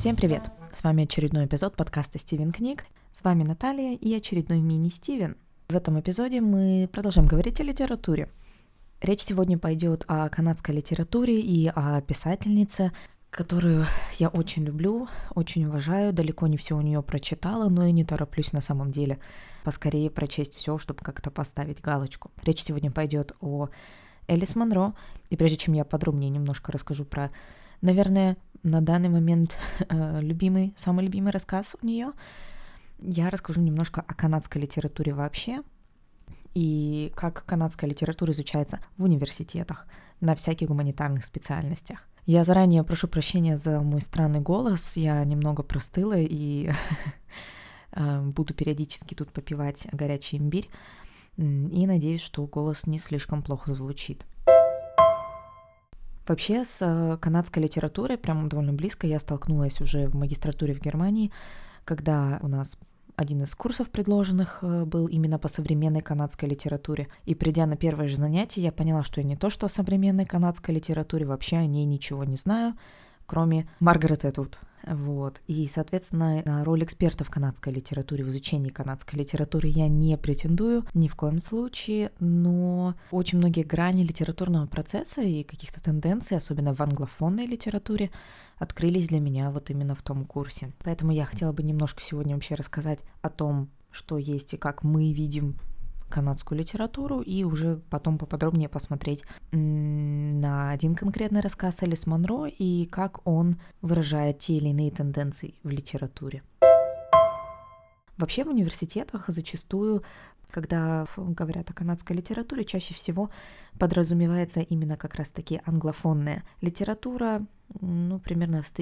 Всем привет! С вами очередной эпизод подкаста «Стивен книг». С вами Наталья и очередной мини-Стивен. В этом эпизоде мы продолжим говорить о литературе. Речь сегодня пойдет о канадской литературе и о писательнице, которую я очень люблю, очень уважаю, далеко не все у нее прочитала, но и не тороплюсь на самом деле поскорее прочесть все, чтобы как-то поставить галочку. Речь сегодня пойдет о Элис Монро, и прежде чем я подробнее немножко расскажу про, наверное, на данный момент самый любимый рассказ у нее, я расскажу немножко о канадской литературе вообще и как канадская литература изучается в университетах, на всяких гуманитарных специальностях. Я заранее прошу прощения за мой странный голос, я немного простыла и буду периодически тут попивать горячий имбирь, и надеюсь, что голос не слишком плохо звучит. Вообще с канадской литературой прямо довольно близко я столкнулась уже в магистратуре в Германии, когда у нас один из курсов предложенных был именно по современной канадской литературе. И придя на первое же занятие, я поняла, что я не то что о современной канадской литературе, вообще о ней ничего не знаю, кроме Маргарет Этвуд. Вот. И, соответственно, на роль эксперта в канадской литературе, в изучении канадской литературы я не претендую ни в коем случае, но очень многие грани литературного процесса и каких-то тенденций, особенно в англофонной литературе, открылись для меня вот именно в том курсе. Поэтому я хотела бы немножко сегодня вообще рассказать о том, что есть и как мы видим канадскую литературу, и уже потом поподробнее посмотреть на один конкретный рассказ Элис Монро и как он выражает те или иные тенденции в литературе. Вообще в университетах зачастую, когда говорят о канадской литературе, чаще всего подразумевается именно как раз-таки англофонная литература, примерно с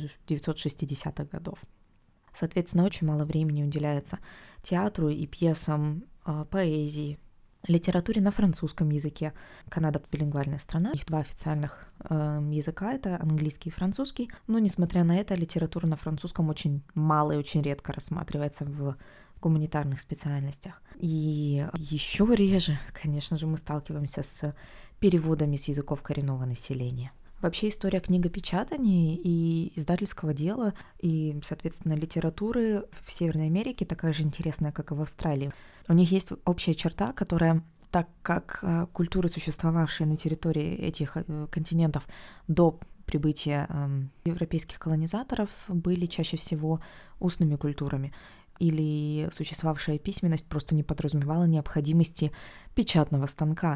1960-х годов. Соответственно, очень мало времени уделяется театру и пьесам, поэзии, литературе на французском языке. Канада билингвальная страна, у них два официальных языка, это английский и французский, но несмотря на это, литература на французском очень мало и очень редко рассматривается в гуманитарных специальностях. И еще реже, конечно же, мы сталкиваемся с переводами с языков коренного населения. Вообще история книгопечатания и издательского дела, и, соответственно, литературы в Северной Америке такая же интересная, как и в Австралии. У них есть общая черта, которая, так как культуры, существовавшие на территории этих континентов до прибытия европейских колонизаторов, были чаще всего устными культурами, или существовавшая письменность просто не подразумевала необходимости печатного станка.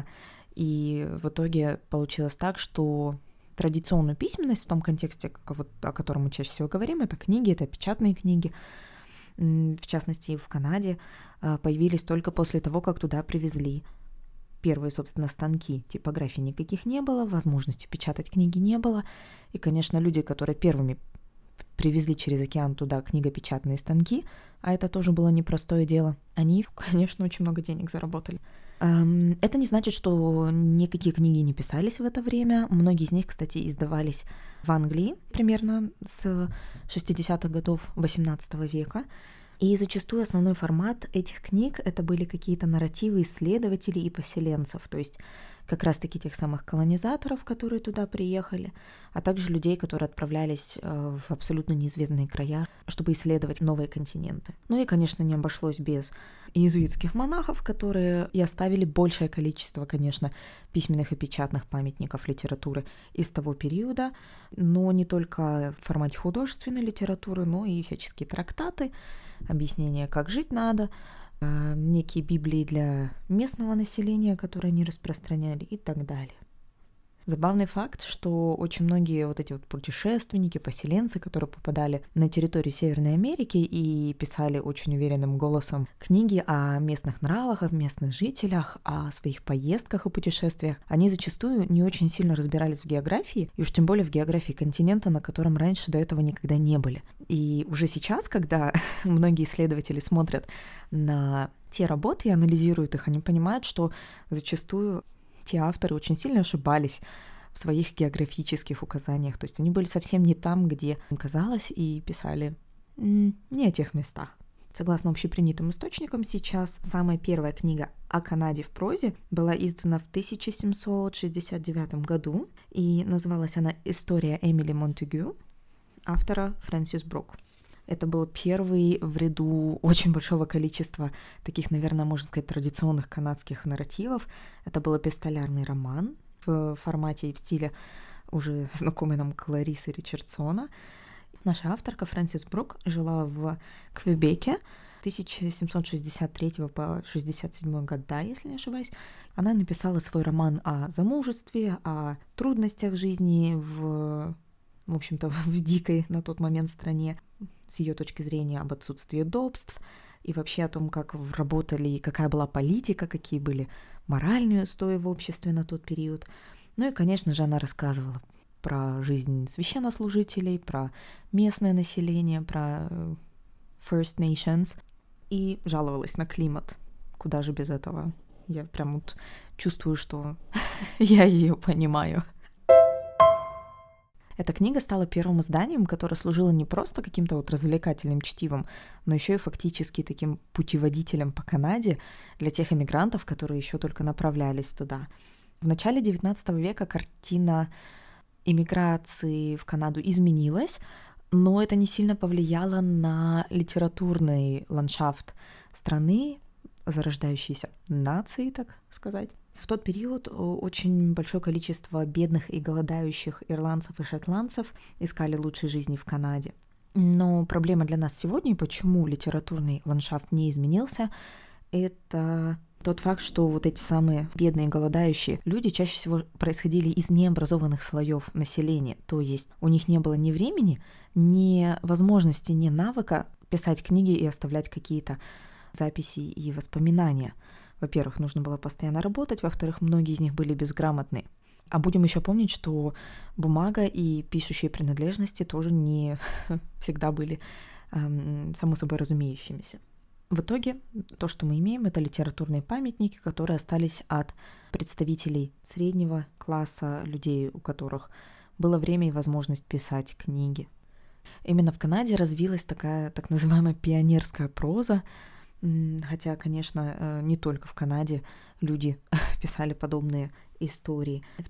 И в итоге получилось так, что традиционную письменность в том контексте, о котором мы чаще всего говорим, это книги, это печатные книги, в частности, в Канаде, появились только после того, как туда привезли первые, собственно, станки. Типографий никаких не было, возможности печатать книги не было. И, конечно, люди, которые первыми привезли через океан туда книгопечатные станки, а это тоже было непростое дело, они, конечно, очень много денег заработали. Это не значит, что никакие книги не писались в это время. Многие из них, кстати, издавались в Англии примерно с 60-х годов XVIII века. И зачастую основной формат этих книг — это были какие-то нарративы исследователей и поселенцев, то есть как раз-таки тех самых колонизаторов, которые туда приехали, а также людей, которые отправлялись в абсолютно неизведанные края, чтобы исследовать новые континенты. Ну и, конечно, не обошлось без иезуитских монахов, которые и оставили большее количество, конечно, письменных и печатных памятников литературы из того периода, но не только в формате художественной литературы, но и всяческие трактаты, объяснения, как жить надо, некие библии для местного населения, которые они распространяли и так далее. Забавный факт, что очень многие вот эти вот путешественники, поселенцы, которые попадали на территорию Северной Америки и писали очень уверенным голосом книги о местных нравах, о местных жителях, о своих поездках и путешествиях, они зачастую не очень сильно разбирались в географии, и уж тем более в географии континента, на котором раньше до этого никогда не были. И уже сейчас, когда многие исследователи смотрят на те работы и анализируют их, они понимают, что зачастую те авторы очень сильно ошибались в своих географических указаниях. То есть они были совсем не там, где им казалось, и писали не о тех местах. Согласно общепринятым источникам, сейчас самая первая книга о Канаде в прозе была издана в 1769 году, и называлась она «История Эмили Монтегю». автора Фрэнсис Брук. Это был первый в ряду очень большого количества таких, наверное, можно сказать, традиционных канадских нарративов. Это был эпистолярный роман в формате и в стиле уже знакомой нам Кларисы Ричардсона. Наша авторка Фрэнсис Брук жила в Квебеке 1763 по 67 года, если не ошибаюсь. Она написала свой роман о замужестве, о трудностях жизни в общем-то, в дикой на тот момент стране, с ее точки зрения об отсутствии удобств и вообще о том, как работали, какая была политика, какие были моральные устои в обществе на тот период. Ну и, конечно же, она рассказывала про жизнь священнослужителей, про местное население, про First Nations и жаловалась на климат. Куда же без этого? Я прям вот чувствую, что я ее понимаю. Эта книга стала первым изданием, которое служило не просто каким-то вот развлекательным чтивом, но еще и фактически таким путеводителем по Канаде для тех эмигрантов, которые еще только направлялись туда. В начале XIX века картина иммиграции в Канаду изменилась, но это не сильно повлияло на литературный ландшафт страны, зарождающейся нации, так сказать. В тот период очень большое количество бедных и голодающих ирландцев и шотландцев искали лучшей жизни в Канаде. Но проблема для нас сегодня, и почему литературный ландшафт не изменился, это тот факт, что вот эти самые бедные голодающие люди чаще всего происходили из необразованных слоев населения. То есть у них не было ни времени, ни возможности, ни навыка писать книги и оставлять какие-то записи и воспоминания. Во-первых, нужно было постоянно работать, во-вторых, многие из них были безграмотны. А будем еще помнить, что бумага и пишущие принадлежности тоже не всегда были само собой разумеющимися. В итоге то, что мы имеем, это литературные памятники, которые остались от представителей среднего класса, людей, у которых было время и возможность писать книги. Именно в Канаде развилась такая так называемая пионерская проза, хотя, конечно, не только в Канаде люди писали подобные истории. В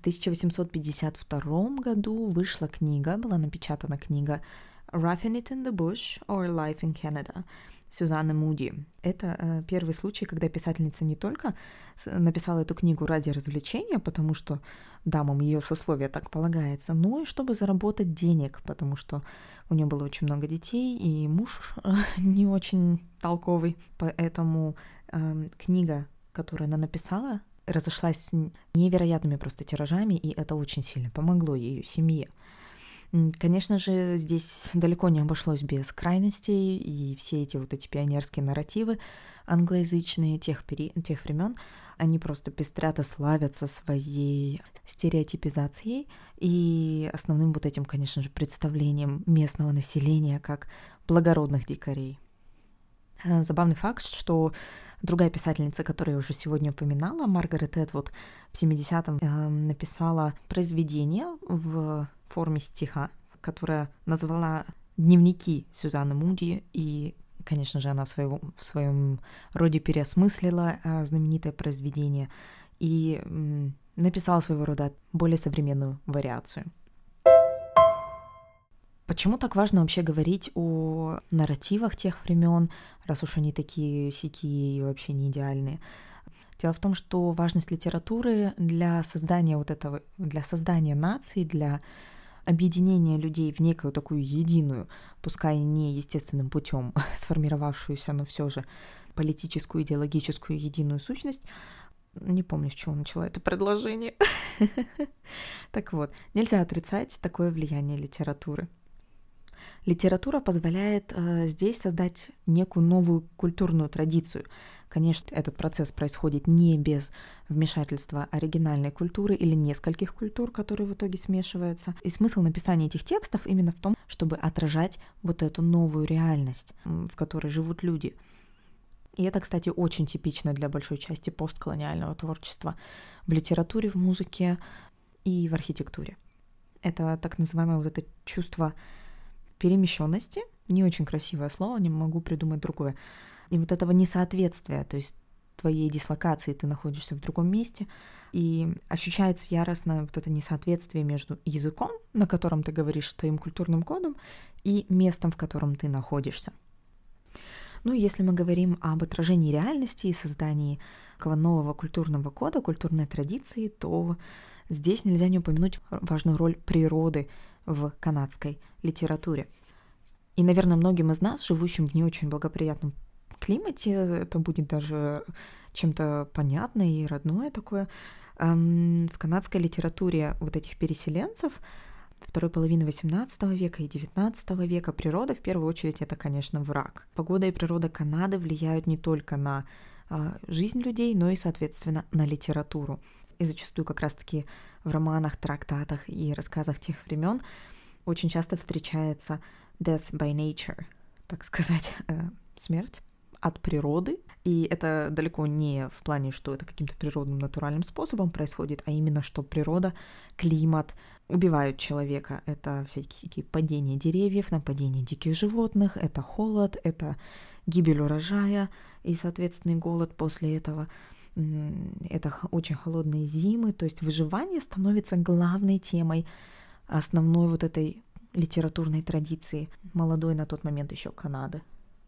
1852 году вышла книга, была напечатана книга «Roughing It in the Bush or Life in Canada» Сюзанны Муди. Это первый случай, когда писательница не только написала эту книгу ради развлечения, потому что дамам ее сословие так полагается, но и чтобы заработать денег, потому что у нее было очень много детей, и муж не очень толковый. Поэтому книга, которую она написала, разошлась с невероятными просто тиражами, и это очень сильно помогло ее семье. Конечно же, здесь далеко не обошлось без крайностей, и все эти пионерские нарративы англоязычные тех времен, они просто пестрят и славятся своей стереотипизацией и основным вот этим, конечно же, представлением местного населения как благородных дикарей. Забавный факт, что другая писательница, которую я уже сегодня упоминала, Маргарет Этвуд, в 70-м написала произведение в форме стиха, которое назвала «Дневники Сюзанны Муди», и, конечно же, она в своем роде переосмыслила знаменитое произведение и написала своего рода более современную вариацию. Почему так важно вообще говорить о нарративах тех времен, раз уж они такие сякие и вообще не идеальные? Дело в том, что важность литературы для создания для создания нации, для объединения людей в некую такую единую, пускай не естественным путем сформировавшуюся, но все же политическую, идеологическую единую сущность. Не помню, с чего начала это предложение. Так вот, нельзя отрицать такое влияние литературы. Литература позволяет здесь создать некую новую культурную традицию. Конечно, этот процесс происходит не без вмешательства оригинальной культуры или нескольких культур, которые в итоге смешиваются. И смысл написания этих текстов именно в том, чтобы отражать вот эту новую реальность, в которой живут люди. И это, кстати, очень типично для большой части постколониального творчества в литературе, в музыке и в архитектуре. Это так называемое вот это чувство перемещенности, не очень красивое слово, не могу придумать другое, и вот этого несоответствия, то есть твоей дислокации, ты находишься в другом месте, и ощущается яростно вот это несоответствие между языком, на котором ты говоришь, твоим культурным кодом, и местом, в котором ты находишься. Ну и если мы говорим об отражении реальности и создании такого нового культурного кода, культурной традиции, то здесь нельзя не упомянуть важную роль природы в канадской литературе. И, наверное, многим из нас, живущим в не очень благоприятном климате, это будет даже чем-то понятное и родное такое. В канадской литературе вот этих переселенцев второй половины XVIII века и XIX века природа, в первую очередь, это, конечно, враг. Погода и природа Канады влияют не только на жизнь людей, но и, соответственно, на литературу. И зачастую как раз-таки в романах, трактатах и рассказах тех времен очень часто встречается death by nature, так сказать, смерть от природы. И это далеко не в плане, что это каким-то природным, натуральным способом происходит, а именно, что природа, климат убивают человека. Это всякие падения деревьев, нападения диких животных, это холод, это гибель урожая и, соответственный голод после этого. Это очень холодные зимы, то есть выживание становится главной темой основной вот этой литературной традиции молодой на тот момент еще Канады.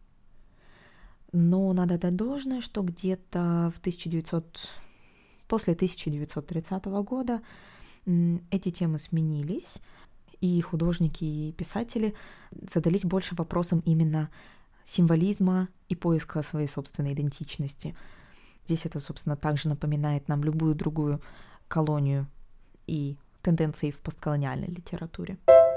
Но надо дать должное, что где-то после 1930 года эти темы сменились, и художники и писатели задались больше вопросом именно символизма и поиска своей собственной идентичности. Здесь это, собственно, также напоминает нам любую другую колонию и тенденции в постколониальной литературе.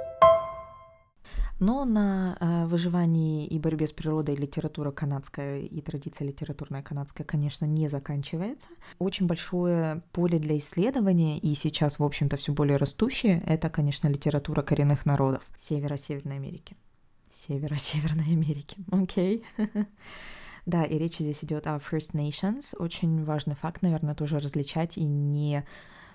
Но на выживании и борьбе с природой литература канадская и традиция литературная канадская, конечно, не заканчивается. Очень большое поле для исследования, и сейчас, в общем-то, все более растущее, это, конечно, литература коренных народов Северо-Северной Америки. Северо-Северной Америки, окей. Да, и речь здесь идет о First Nations. Очень важный факт, наверное, тоже различать, и не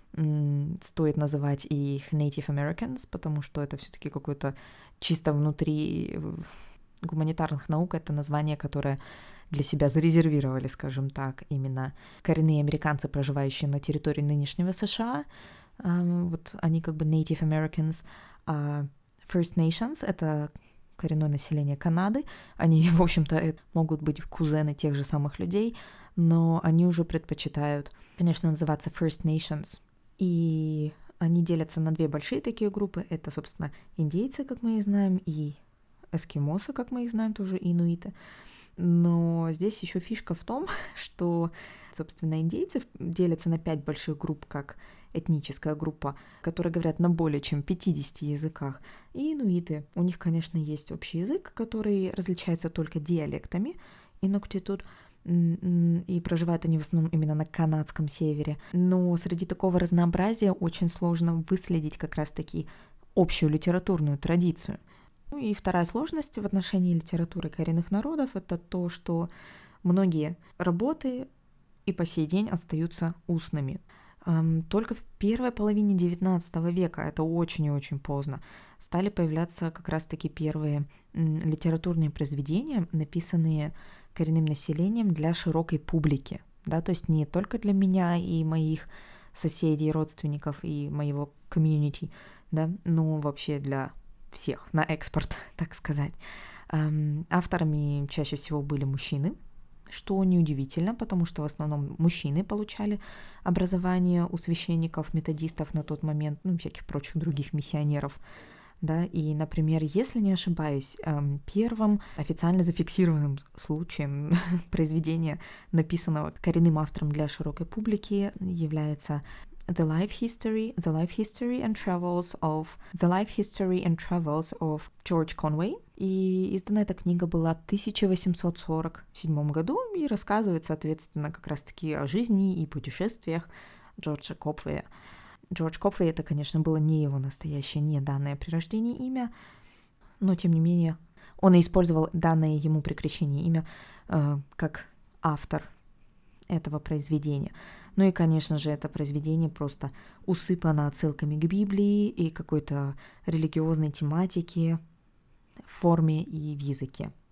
стоит называть их Native Americans, потому что это все-таки какой-то чисто внутри гуманитарных наук, это название, которое для себя зарезервировали, скажем так, именно коренные американцы, проживающие на территории нынешнего США. Вот они как бы Native Americans, а First Nations — это коренное население Канады. Они, в общем-то, могут быть кузены тех же самых людей, но они уже предпочитают, конечно, называться First Nations. И они делятся на две большие такие группы. Это, собственно, индейцы, как мы их знаем, и эскимосы, как мы их знаем, тоже инуиты. Но здесь еще фишка в том, что, собственно, индейцы делятся на 5 больших групп, как этническая группа, которые говорят на более чем 50 языках. И инуиты. У них, конечно, есть общий язык, который различается только диалектами. Инуктитут. И проживают они в основном именно на канадском севере. Но среди такого разнообразия очень сложно выследить как раз-таки общую литературную традицию. Ну и вторая сложность в отношении литературы коренных народов — это то, что многие работы и по сей день остаются устными. Только в первой половине XIX века, это очень и очень поздно, стали появляться как раз-таки первые литературные произведения, написанные коренным населением для широкой публики, да, то есть не только для меня и моих соседей, родственников и моего комьюнити, да, но вообще для всех, на экспорт, так сказать. Авторами чаще всего были мужчины, что неудивительно, потому что в основном мужчины получали образование у священников, методистов на тот момент, ну и всяких прочих других миссионеров. Да, и, например, если не ошибаюсь, первым официально зафиксированным случаем произведения, написанного коренным автором для широкой публики, является The Life History and Travels of George Conway. И издана эта книга была в 1847 году и рассказывает, соответственно, как раз-таки о жизни и путешествиях Джорджа Копвея. Джордж Копвей — это, конечно, было не его настоящее, не данное при рождении имя, но, тем не менее, он и использовал данное ему при крещении имя как автор этого произведения. Ну и, конечно же, это произведение просто усыпано отсылками к Библии и какой-то религиозной тематике в форме и в языке.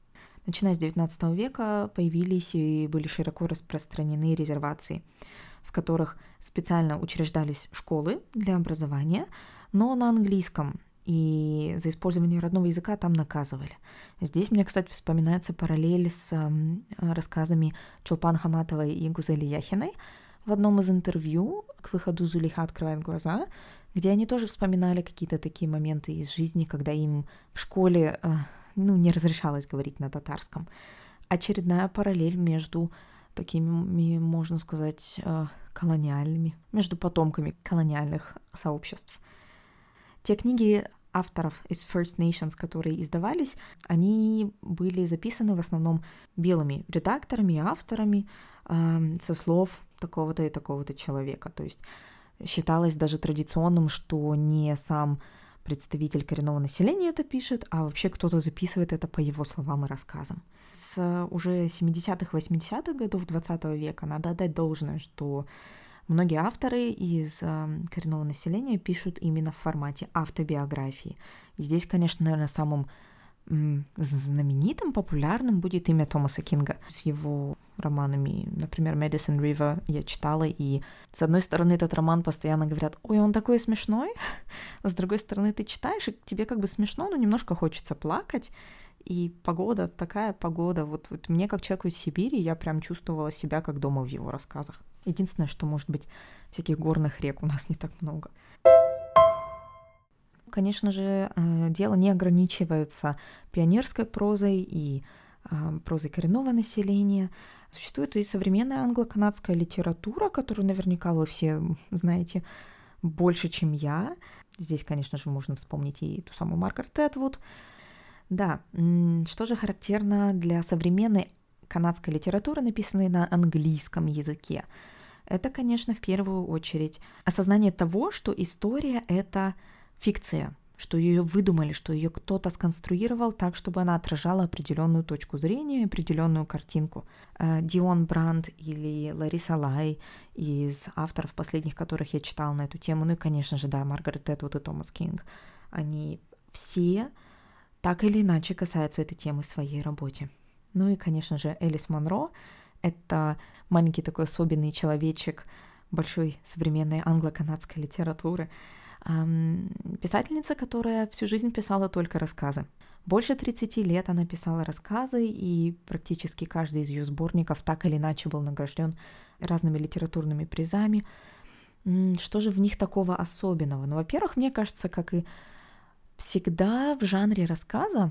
Начиная с XIX века появились и были широко распространены резервации, в которых специально учреждались школы для образования, но на английском, и за использование родного языка там наказывали. Здесь мне, кстати, вспоминается параллель с рассказами Чулпан Хаматовой и Гузели Яхиной в одном из интервью к выходу «Зулейха открывает глаза», где они тоже вспоминали какие-то такие моменты из жизни, когда им в школе не разрешалось говорить на татарском. Очередная параллель между такими, можно сказать, колониальными, между потомками колониальных сообществ. Те книги авторов из First Nations, которые издавались, они были записаны в основном белыми редакторами и авторами со слов такого-то и такого-то человека. То есть считалось даже традиционным, что не сам представитель коренного населения это пишет, а вообще кто-то записывает это по его словам и рассказам. С уже 70-х, 80-х годов 20 века надо отдать должное, что многие авторы из коренного населения пишут именно в формате автобиографии. И здесь, конечно, наверное, самым знаменитым, популярным будет имя Томаса Кинга с его романами. Например, «Medicine River» я читала, и с одной стороны этот роман постоянно говорят: «Ой, он такой смешной», а с другой стороны ты читаешь, и тебе как бы смешно, но немножко хочется плакать. И погода, такая погода. Вот мне, как человеку из Сибири, я прям чувствовала себя как дома в его рассказах. Единственное, что, может быть, всяких горных рек у нас не так много. Конечно же, дело не ограничивается пионерской прозой и прозой коренного населения. Существует и современная англо-канадская литература, которую наверняка вы все знаете больше, чем я. Здесь, конечно же, можно вспомнить и ту самую Маргарет Этвуд. Да, что же характерно для современной канадской литературы, написанной на английском языке? Это, конечно, в первую очередь осознание того, что история — это фикция, что ее выдумали, что ее кто-то сконструировал так, чтобы она отражала определенную точку зрения, определенную картинку. Дион Бранд или Лариса Лай из авторов последних, которых я читала на эту тему, ну и, конечно же, да, Маргарет Этвуд и Томас Кинг, они все так или иначе касаются этой темы в своей работе. Ну и, конечно же, Элис Монро — это маленький такой особенный человечек большой современной англо-канадской литературы, писательница, которая всю жизнь писала только рассказы. Больше 30 лет она писала рассказы, и практически каждый из ее сборников так или иначе был награжден разными литературными призами. Что же в них такого особенного? Ну, во-первых, мне кажется, как и всегда в жанре рассказа,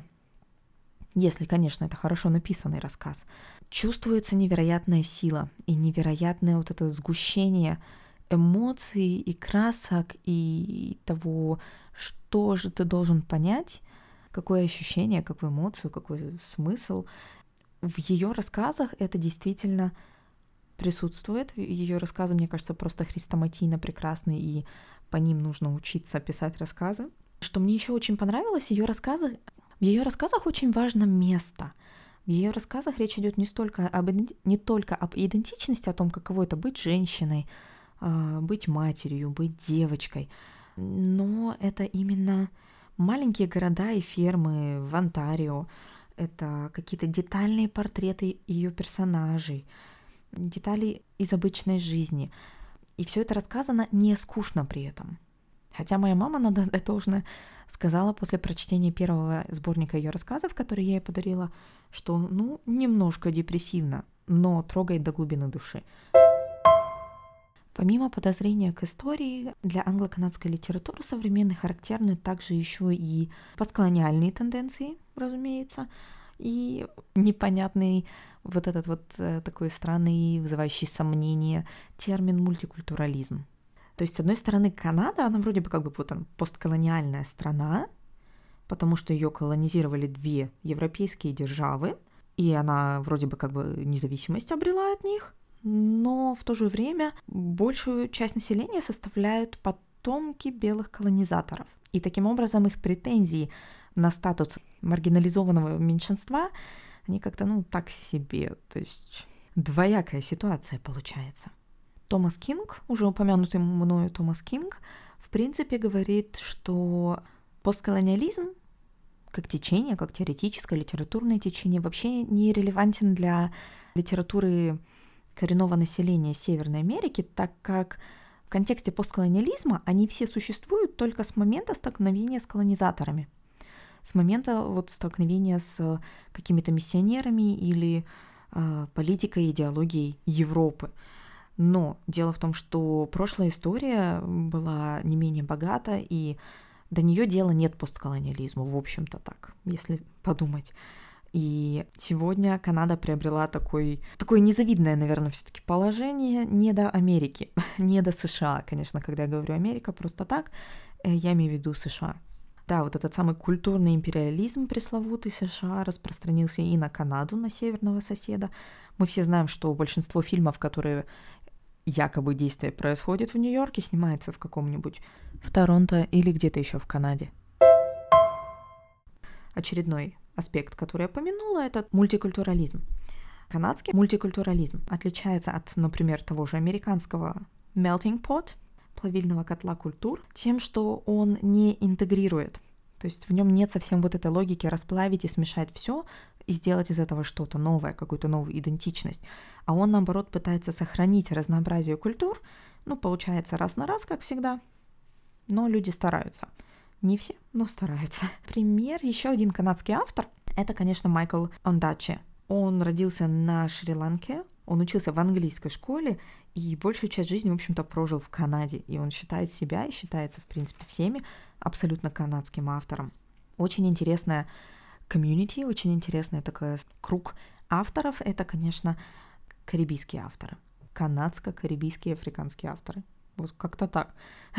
если, конечно, это хорошо написанный рассказ, чувствуется невероятная сила и невероятное вот это сгущение эмоций и красок и того, что же ты должен понять, какое ощущение, какую эмоцию, какой смысл. В ее рассказах это действительно присутствует. Ее рассказы, мне кажется, просто хрестоматийно прекрасны, и по ним нужно учиться писать рассказы. Что мне еще очень понравилось, в ее рассказах очень важно место. В ее рассказах речь идет не только об идентичности, о том, каково это быть женщиной, быть матерью, быть девочкой, но это именно маленькие города и фермы в Онтарио, это какие-то детальные портреты ее персонажей, детали из обычной жизни. И все это рассказано не скучно при этом. Хотя моя мама, надо отдать должное, сказала после прочтения первого сборника ее рассказов, который я ей подарила, что, немножко депрессивно, но трогает до глубины души. Помимо подозрения к истории, для англо-канадской литературы современной характерны также еще и постколониальные тенденции, разумеется, и непонятный вот этот вот такой странный, вызывающий сомнения термин мультикультурализм. То есть, с одной стороны, Канада, она вроде бы как бы постколониальная страна, потому что ее колонизировали две европейские державы, и она вроде бы как бы независимость обрела от них, но в то же время большую часть населения составляют потомки белых колонизаторов. И таким образом их претензии на статус маргинализованного меньшинства, они как-то, так себе. То есть двоякая ситуация получается. Томас Кинг, уже упомянутый мною Томас Кинг, в принципе говорит, что постколониализм как течение, как теоретическое литературное течение, вообще не релевантен для литературы коренного населения Северной Америки, так как в контексте постколониализма они все существуют только с момента столкновения с колонизаторами, с момента вот столкновения с какими-то миссионерами или политикой и идеологией Европы. Но дело в том, что прошлая история была не менее богата, и до нее дела нет постколониализму, в общем-то так, если подумать. И сегодня Канада приобрела такое незавидное, наверное, все-таки положение не до Америки, не до США. Конечно, когда я говорю Америка, просто так, я имею в виду США. Да, вот этот самый культурный империализм пресловутый США распространился и на Канаду, на северного соседа. Мы все знаем, что большинство фильмов, которые якобы действие происходит в Нью-Йорке, снимается в каком-нибудь в Торонто или где-то еще в Канаде. Очередной аспект, который я упомянула, это мультикультурализм. Канадский мультикультурализм отличается от, например, того же американского melting pot, плавильного котла культур, тем, что он не интегрирует. То есть в нем нет совсем вот этой логики расплавить и смешать все и сделать из этого что-то новое, какую-то новую идентичность. А он, наоборот, пытается сохранить разнообразие культур. Получается раз на раз, как всегда. Но люди стараются. Не все, но стараются. Пример, еще один канадский автор, это, конечно, Майкл Ондачи. Он родился на Шри-Ланке, он учился в английской школе и большую часть жизни, в общем-то, прожил в Канаде. И он считает себя и считается, в принципе, всеми абсолютно канадским автором. Очень интересная комьюнити, очень интересный такой круг авторов. Это, конечно, карибийские авторы. Канадско-карибийские африканские авторы. Вот как-то так.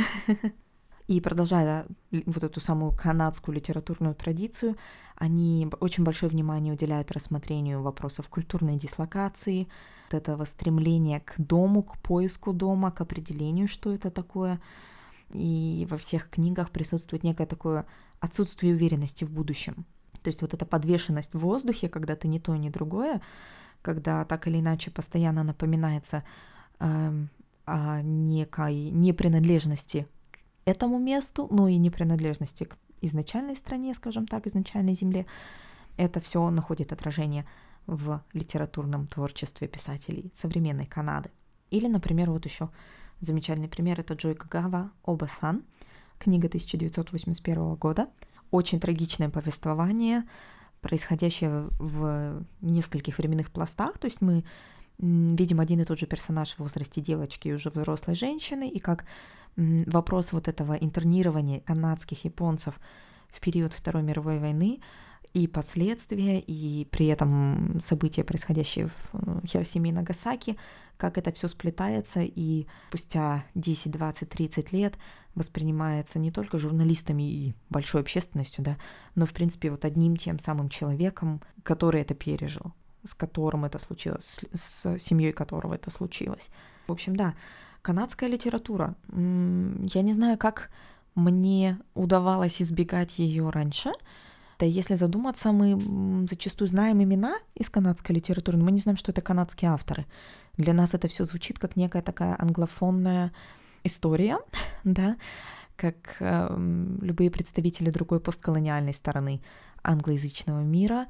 И продолжая вот эту самую канадскую литературную традицию, они очень большое внимание уделяют рассмотрению вопросов культурной дислокации, вот этого стремления к дому, к поиску дома, к определению, что это такое. И во всех книгах присутствует некое такое отсутствие уверенности в будущем. То есть вот эта подвешенность в воздухе, когда ты ни то, ни другое, когда так или иначе постоянно напоминается о некой непринадлежности к этому месту, но и непринадлежности к изначальной стране, скажем так, изначальной земле. Это все находит отражение в литературном творчестве писателей современной Канады. Или, например, вот еще замечательный пример — это Джой Кагава «Оба-сан», книга 1981 года. Очень трагичное повествование, происходящее в нескольких временных пластах. То есть мы видим один и тот же персонаж в возрасте девочки и уже взрослой женщины, и как вопрос вот этого интернирования канадских японцев в период Второй мировой войны и последствия, и при этом события, происходящие в Хиросиме и Нагасаки, как это все сплетается и спустя 10, 20, 30 лет воспринимается не только журналистами и большой общественностью, да, но, в принципе, вот одним тем самым человеком, который это пережил, с которым это случилось, с семьей которого это случилось. В общем, да, канадская литература. Я не знаю, как мне удавалось избегать ее раньше. Да, если задуматься, мы зачастую знаем имена из канадской литературы, но мы не знаем, что это канадские авторы. Для нас это все звучит как некая такая англофонная история, да, как любые представители другой постколониальной стороны англоязычного мира.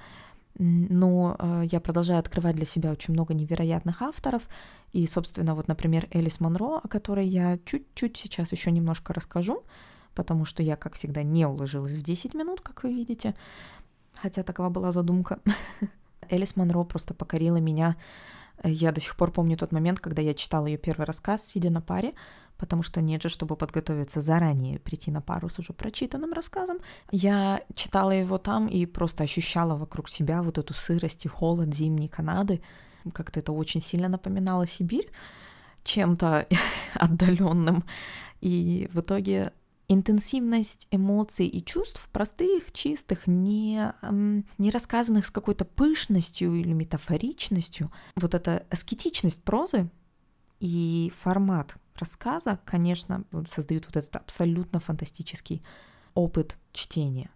Но я продолжаю открывать для себя очень много невероятных авторов. И, собственно, вот, например, Элис Монро, о которой я чуть-чуть сейчас еще немножко расскажу, потому что я, как всегда, не уложилась в 10 минут, как вы видите, хотя такова была задумка. Элис Монро просто покорила меня. Я до сих пор помню тот момент, когда я читала ее первый рассказ, сидя на паре, потому что нет же, чтобы подготовиться заранее, прийти на пару с уже прочитанным рассказом. Я читала его там и просто ощущала вокруг себя вот эту сырость и холод зимней Канады. Как-то это очень сильно напоминало Сибирь чем-то отдаленным. И в итоге интенсивность эмоций и чувств, простых, чистых, не рассказанных с какой-то пышностью или метафоричностью, вот эта аскетичность прозы и формат рассказа, конечно, создают вот этот абсолютно фантастический опыт чтения.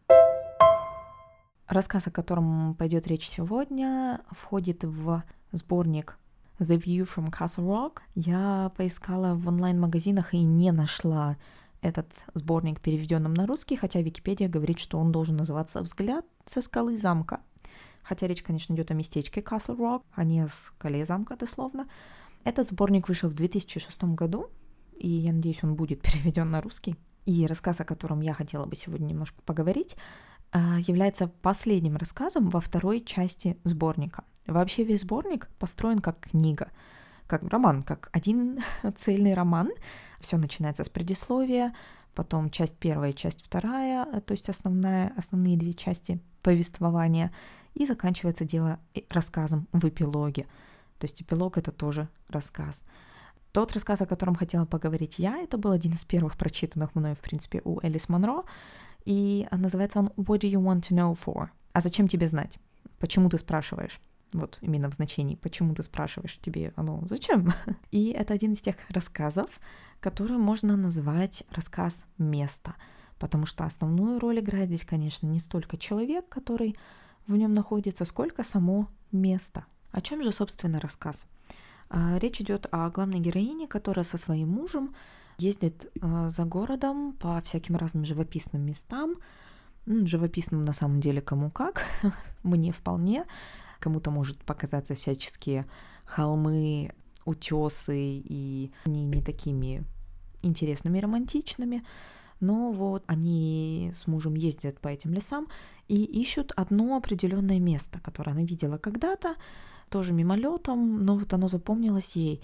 Рассказ, о котором пойдет речь сегодня, входит в сборник The View from Castle Rock. Я поискала в онлайн-магазинах и не нашла этот сборник переведенным на русский, хотя Википедия говорит, что он должен называться «Взгляд со скалы замка». Хотя речь, конечно, идет о местечке Castle Rock, а не о скале замка, дословно. Этот сборник вышел в 2006 году, и я надеюсь, он будет переведен на русский. И рассказ, о котором я хотела бы сегодня немножко поговорить, является последним рассказом во второй части сборника. Вообще весь сборник построен как книга, как роман, как один цельный роман. Все начинается с предисловия, потом часть первая, часть вторая, то есть основные две части повествования, и заканчивается дело рассказом в эпилоге. То есть эпилог — это тоже рассказ. Тот рассказ, о котором хотела поговорить я, это был один из первых прочитанных мною, в принципе, у Элис Монро, и называется он «What do you want to know for?» А зачем тебе знать? Почему ты спрашиваешь? Вот именно в значении «почему ты спрашиваешь?» тебе оно «зачем?» И это один из тех рассказов, который можно назвать рассказ «Место», потому что основную роль играет здесь, конечно, не столько человек, который в нем находится, сколько само место. О чем же, собственно, рассказ? Речь идет о главной героине, которая со своим мужем ездит за городом по всяким разным живописным местам. Живописным на самом деле кому как, мне вполне. Кому-то может показаться всяческие холмы, утесы и не такими интересными, романтичными. Но вот они с мужем ездят по этим лесам и ищут одно определенное место, которое она видела когда-то, тоже мимолетом, но вот оно запомнилось ей.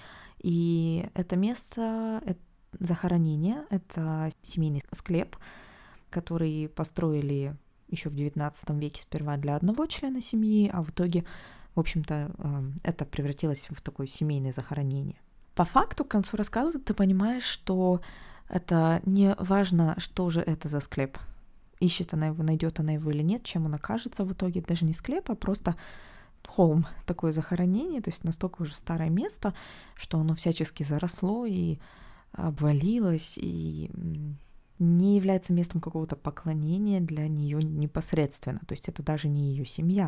И это место, это захоронение, это семейный склеп, который построили еще в XIX веке сперва для одного члена семьи, а в итоге, в общем-то, это превратилось в такое семейное захоронение. По факту, к концу рассказа ты понимаешь, что это не важно, что же это за склеп. Ищет она его, найдет она его или нет, чем он окажется в итоге. Даже не склеп, а просто холм, такое захоронение, то есть настолько уже старое место, что оно всячески заросло и обвалилось, и не является местом какого-то поклонения для нее непосредственно. То есть это даже не ее семья.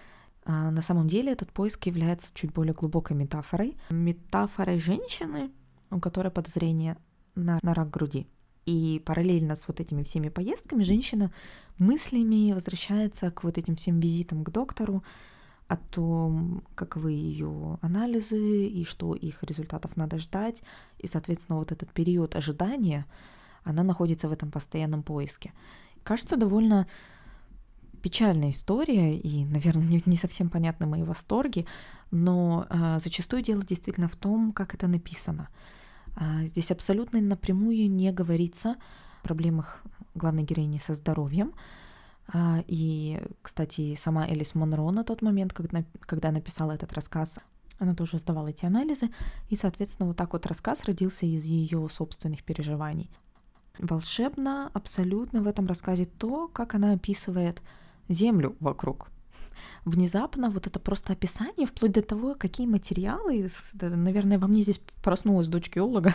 На самом деле этот поиск является чуть более глубокой метафорой. Метафорой женщины, у которой подозрение на рак груди. И параллельно с вот этими всеми поездками женщина мыслями возвращается к вот этим всем визитам к доктору, о том, каковы ее анализы и что их результатов надо ждать. И, соответственно, вот этот период ожидания, она находится в этом постоянном поиске. Кажется, довольно печальная история, и, наверное, не совсем понятны мои восторги, но зачастую дело действительно в том, как это написано. Здесь абсолютно напрямую не говорится о проблемах главной героини со здоровьем. И, кстати, сама Элис Монро на тот момент, когда написала этот рассказ, она тоже сдавала эти анализы, и, соответственно, вот так вот рассказ родился из ее собственных переживаний. Волшебно абсолютно в этом рассказе то, как она описывает землю вокруг. Внезапно вот это просто описание, вплоть до того, какие материалы, наверное, во мне здесь проснулась дочь геолога,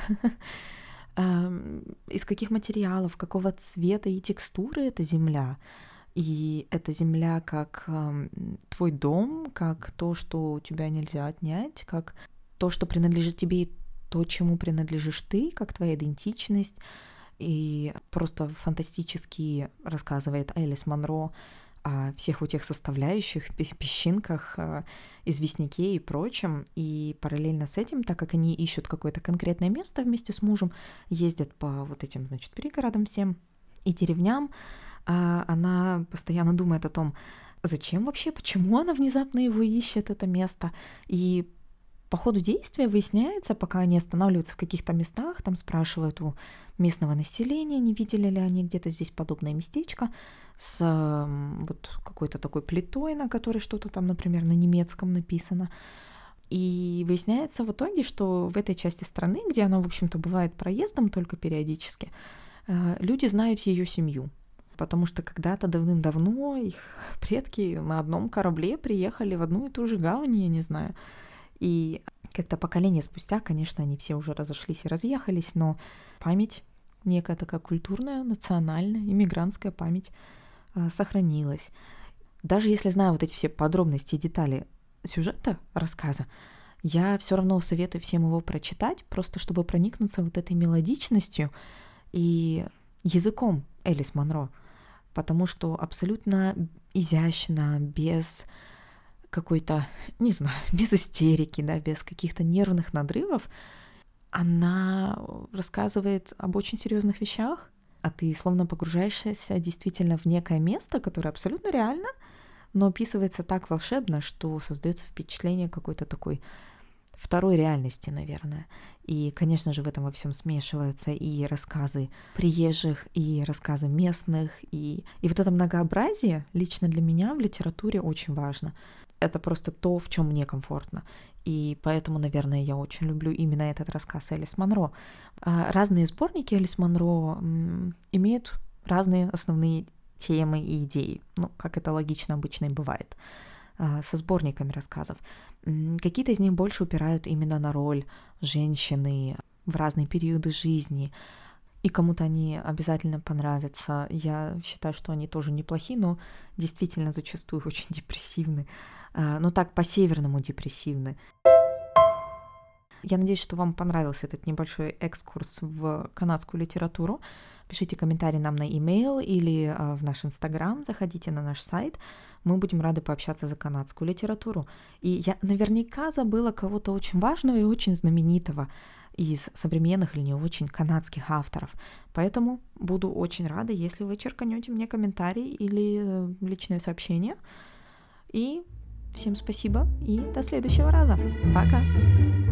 из каких материалов, какого цвета и текстуры эта земля. И эта земля как твой дом, как то, что у тебя нельзя отнять, как то, что принадлежит тебе, и то, чему принадлежишь ты, как твоя идентичность. И просто фантастически рассказывает Элис Монро о всех вот тех составляющих, песчинках, известняке и прочем. И параллельно с этим, так как они ищут какое-то конкретное место вместе с мужем, ездят по вот этим, значит, пригородам всем и деревням, она постоянно думает о том, зачем вообще, почему она внезапно его ищет, это место. И по ходу действия выясняется, пока они останавливаются в каких-то местах, там спрашивают у местного населения, не видели ли они где-то здесь подобное местечко с вот какой-то такой плитой, на которой что-то там, например, на немецком написано. И выясняется в итоге, что в этой части страны, где она, в общем-то, бывает проездом только периодически, люди знают ее семью. Потому что когда-то давным-давно их предки на одном корабле приехали в одну и ту же гавань, я не знаю. И как-то поколение спустя, конечно, они все уже разошлись и разъехались, но память, некая такая культурная, национальная, иммигрантская память сохранилась. Даже если знаю вот эти все подробности и детали сюжета рассказа, я все равно советую всем его прочитать, просто чтобы проникнуться вот этой мелодичностью и языком Элис Монро, потому что абсолютно изящно, без какой-то, не знаю, без истерики, да, без каких-то нервных надрывов, она рассказывает об очень серьезных вещах, а ты словно погружаешься действительно в некое место, которое абсолютно реально, но описывается так волшебно, что создается впечатление какой-то такой второй реальности, наверное. И, конечно же, в этом во всем смешиваются и рассказы приезжих, и рассказы местных, и вот это многообразие лично для меня в литературе очень важно. Это просто то, в чем мне комфортно. И поэтому, наверное, я очень люблю именно этот рассказ Элис Монро. Разные сборники Элис Монро имеют разные основные темы и идеи, ну, как это логично обычно и бывает со сборниками рассказов. Какие-то из них больше упирают именно на роль женщины в разные периоды жизни, и кому-то они обязательно понравятся. Я считаю, что они тоже неплохие, но действительно зачастую очень депрессивны. Но так по-северному депрессивны. Я надеюсь, что вам понравился этот небольшой экскурс в канадскую литературу. Пишите комментарии нам на e-mail или в наш Инстаграм, заходите на наш сайт. Мы будем рады пообщаться за канадскую литературу. И я наверняка забыла кого-то очень важного и очень знаменитого из современных или не очень канадских авторов. Поэтому буду очень рада, если вы черканете мне комментарий или личное сообщение. И всем спасибо и до следующего раза. Пока!